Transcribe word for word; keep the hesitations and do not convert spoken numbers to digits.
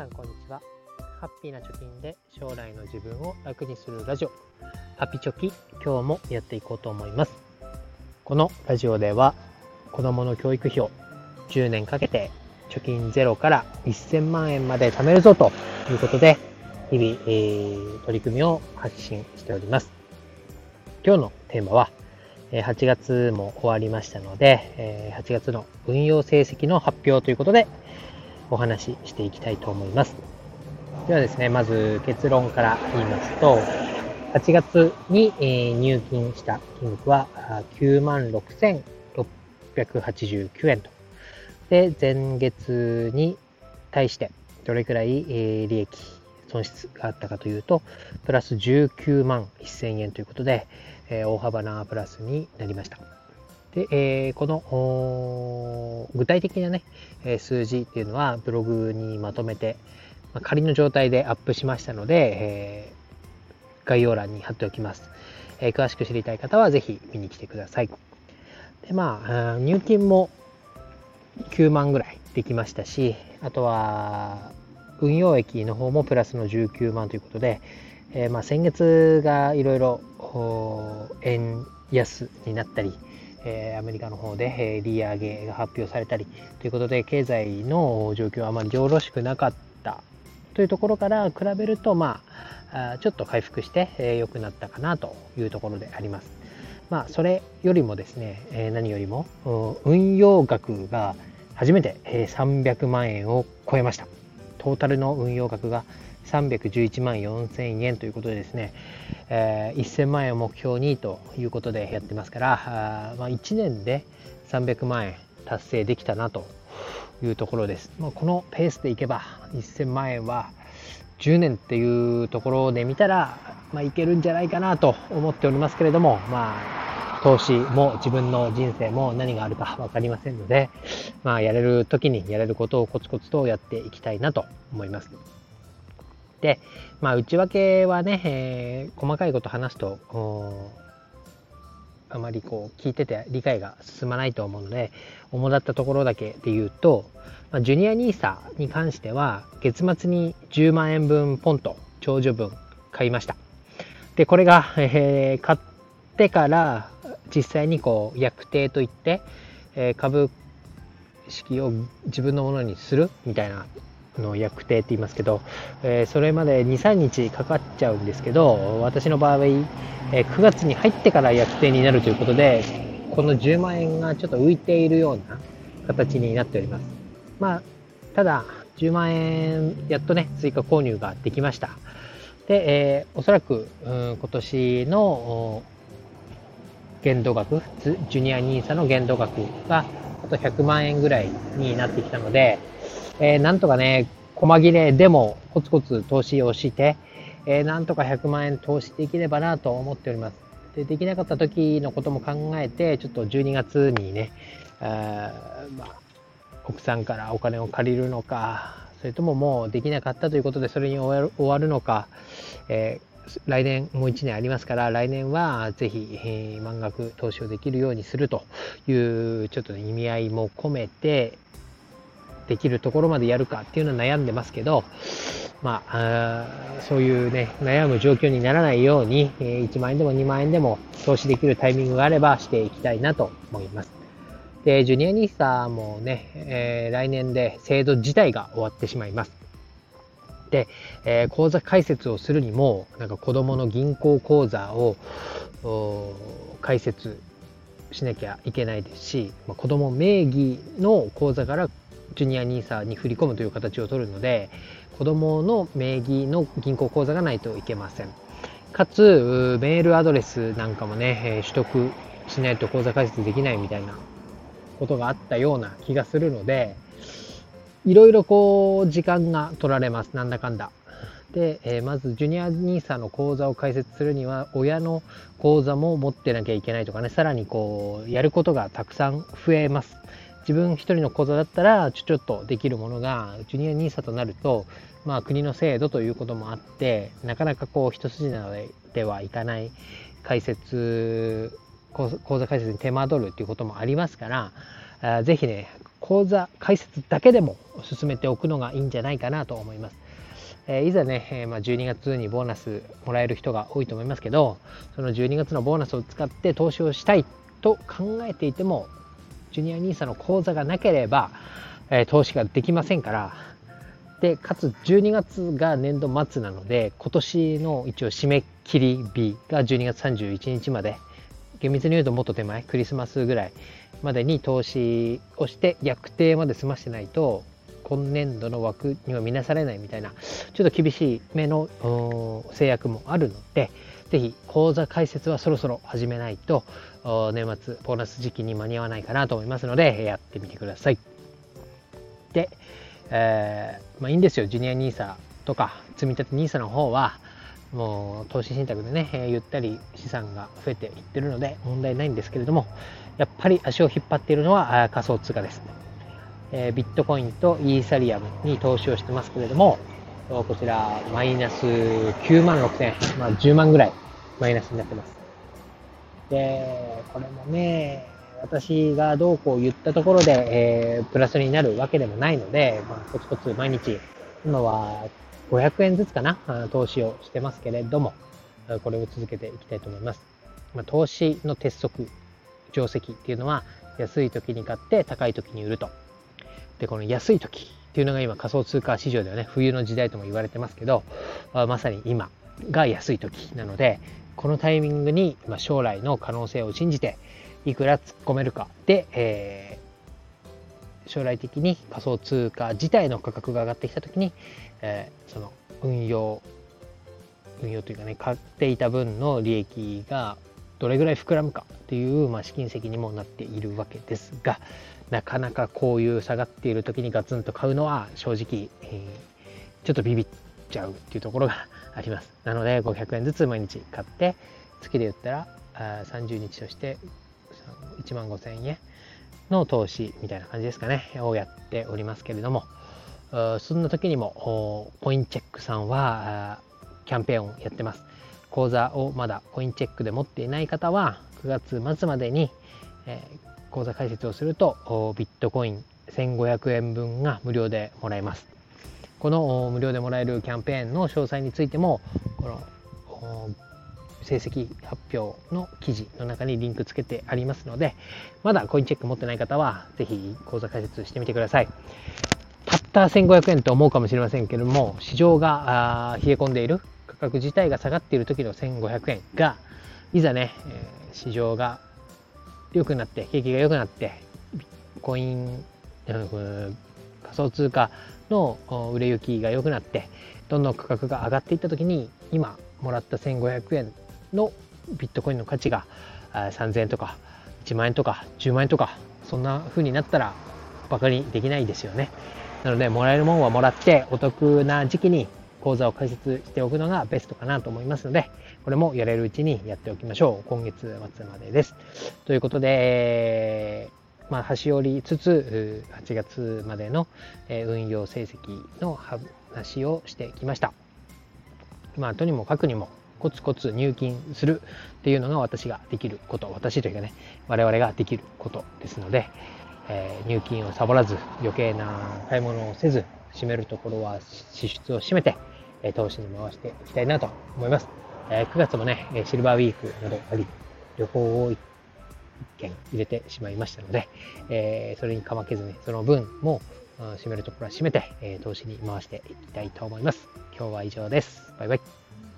さんこんにちは。ハッピーな貯金で将来の自分を楽にするラジオハピチョキ、今日もやっていこうと思います。このラジオでは子どもの教育費をじゅうねんかけて貯金ゼロからせんまんえんまで貯めるぞということで日々、えー、取り組みを発信しております。今日のテーマははちがつも終わりましたので、はちがつの運用成績の発表ということでお話ししていきたいと思います。ではですね、まず結論から言いますと、はちがつに入金した金額はきゅうまんろくせんろっぴゃくはちじゅうきゅうえんと。で、前月に対してどれくらい利益、損失があったかというと、プラスじゅうきゅうまんせんえんということで、大幅なプラスになりました。で、えー、この具体的なね、数字っていうのはブログにまとめて、まあ、仮の状態でアップしましたので、えー、概要欄に貼っておきます。えー、詳しく知りたい方はぜひ見に来てください。で、まあ、入金もきゅうまんぐらいできましたし、あとは運用益の方もプラスのじゅうきゅうまんということで、えー、まあ先月がいろいろ円安になったり、アメリカの方で利上げが発表されたりということで経済の状況はあまりよろしくなかったというところから比べると、まあちょっと回復して良くなったかなというところであります。まあそれよりもですね、何よりも運用額が初めてさんびゃくまんえんを超えました。トータルの運用額がさんびゃくじゅういちまんよんせんえんということでですね、えー、せんまんえんを目標にということでやってますから、あまあ、いちねんでさんびゃくまんえん達成できたなというところです。まあ、このペースでいけばせんまんえんはじゅうねんっていうところで見たら、まあ、いけるんじゃないかなと思っておりますけれども、まあ投資も自分の人生も何があるか分かりませんので、まあ、やれる時にやれることをコツコツとやっていきたいなと思います。で、まあ、内訳はね、えー、細かいこと話すとあまりこう聞いてて理解が進まないと思うので、主だったところだけで言うと、まあ、ジュニアニーサに関しては月末にじゅうまんえんぶんポンと長女分買いました。でこれが、えー、買ってから実際にこう約定といって、えー、株式を自分のものにするみたいなの約定って言いますけど、えー、それまで にさんにちかかっちゃうんですけど、私の場合、えー、くがつに入ってから約定になるということで、このじゅうまんえんがちょっと浮いているような形になっております。まあただじゅうまんえんやっとね追加購入ができました。で、えー、おそらく、うん、今年の限度額、ジュニアニーサの限度額があとひゃくまんえんぐらいになってきたので、えー、なんとかね、細切れでもコツコツ投資をして、えー、なんとかひゃくまんえん投資できればなと思っております。で、できなかった時のことも考えて、ちょっとじゅうにがつにね、あまあ、奥さんからお金を借りるのか、それとももうできなかったということでそれに終わる、終わるのか、えー、来年もういちねんありますから、来年はぜひ、えー、満額投資をできるようにするというちょっと、ね、意味合いも込めて、できるところまでやるかっていうのは悩んでますけど、まあ、あそういうね悩む状況にならないように、えー、いちまんえんでもにまんえんでも投資できるタイミングがあればしていきたいなと思います。で、ジュニアニーサもね、えー、来年で制度自体が終わってしまいます。で、えー、口座開設をするにもなんか子どもの銀行口座を開設しなきゃいけないですし、まあ、子ども名義の口座からジュニアニーサに振り込むという形を取るので、子どもの名義の銀行口座がないといけません。かつメールアドレスなんかもね取得しないと口座開設できないみたいなことがあったような気がするので、いろいろこう時間が取られます、なんだかんだで、えー、まずジュニアニーサの口座を開設するには親の口座も持ってなきゃいけないとかね、さらにこうやることがたくさん増えます。自分一人の口座だったらちょちょっとできるものがジュニアニーサとなると、まあ、国の制度ということもあってなかなかこう一筋縄ではいかない開設口座開設に手間取るということもありますから、ぜひね口座開設だけでも進めておくのがいいんじゃないかなと思います。えー、いざね、えーまあ、じゅうにがつにボーナスもらえる人が多いと思いますけど、そのじゅうにがつのボーナスを使って投資をしたいと考えていても、ジュニアニーサの口座がなければ、えー、投資ができませんから、でかつじゅうにがつが年度末なので、今年の一応締め切り日がじゅうにがつさんじゅういちにちまで、厳密に言うともっと手前、クリスマスぐらいまでに投資をして逆定まで済ましてないと今年度の枠には見なされないみたいな、ちょっと厳しい目の制約もあるので、ぜひ口座開設はそろそろ始めないと年末ボーナス時期に間に合わないかなと思いますので、やってみてください。で、えーまあ、いいんですよ。ジュニアニーサとか積み立てニーサの方はもう投資信託でね、えー、ゆったり資産が増えていってるので問題ないんですけれども、やっぱり足を引っ張っているのは仮想通貨です。えー、ビットコインとイーサリアムに投資をしてますけれども、こちらマイナスきゅうまんろくせんえん、まあ、じゅうまんぐらいマイナスになってます。で、これもね、私がどうこう言ったところで、えー、プラスになるわけでもないので、まあ、コツコツ毎日、今はごひゃくえんずつかな、投資をしてますけれども、これを続けていきたいと思います。まあ、投資の鉄則、定石っていうのは、安い時に買って高い時に売ると。で、この安い時っていうのが今仮想通貨市場ではね、冬の時代とも言われてますけど、まさに今が安い時なので、このタイミングに将来の可能性を信じていくら突っ込めるかで、えー、将来的に仮想通貨自体の価格が上がってきた時に、えー、その運用運用というかね、買っていた分の利益がどれぐらい膨らむかという、まあ、資金石にもなっているわけですが、なかなかこういう下がっている時にガツンと買うのは正直、えー、ちょっとビビっちゃうっていうところがあります。なのでごひゃくえんずつ毎日買って、月で言ったらあさんじゅうにちとしていちまんごせんえんの投資みたいな感じですかね、をやっておりますけれども、そんな時にもコインチェックさんはキャンペーンをやってます。口座をまだコインチェックで持っていない方はくがつ末までに、えー、口座開設をするとビットコインせんごひゃくえんぶんが無料でもらえます。この無料でもらえるキャンペーンの詳細についても、この成績発表の記事の中にリンクつけてありますので、まだコインチェック持ってない方はぜひ口座開設してみてください。たったせんごひゃくえんと思うかもしれませんけれども、市場が冷え込んでいる、価格自体が下がっている時のせんごひゃくえんが、いざね、市場が良くなって、景気が良くなって、コイン、仮想通貨の売れ行きが良くなって、どんどん価格が上がっていった時に、今もらったせんごひゃくえんのビットコインの価値がさんぜんえんとかいちまんえんとかじゅうまんえんとか、そんな風になったらバカにできないですよね。なので、もらえるもんはもらってお得な時期に口座を開設しておくのがベストかなと思いますので、これもやれるうちにやっておきましょう。今月末までです。ということで、まあ、端折りつつはちがつまでの運用成績の話をしてきました。まあ、とにもかくにもコツコツ入金するっていうのが私ができること、私というかね、我々ができることですので、えー、入金をサボらず、余計な買い物をせず、締めるところは支出を締めて、えー、投資に回していきたいなと思います。えー、くがつもね、シルバーウィークなどあり、旅行を一件入れてしまいましたので、えー、それにかまけずに、その分も締めるところは締めて、えー、投資に回していきたいと思います。今日は以上です。バイバイ。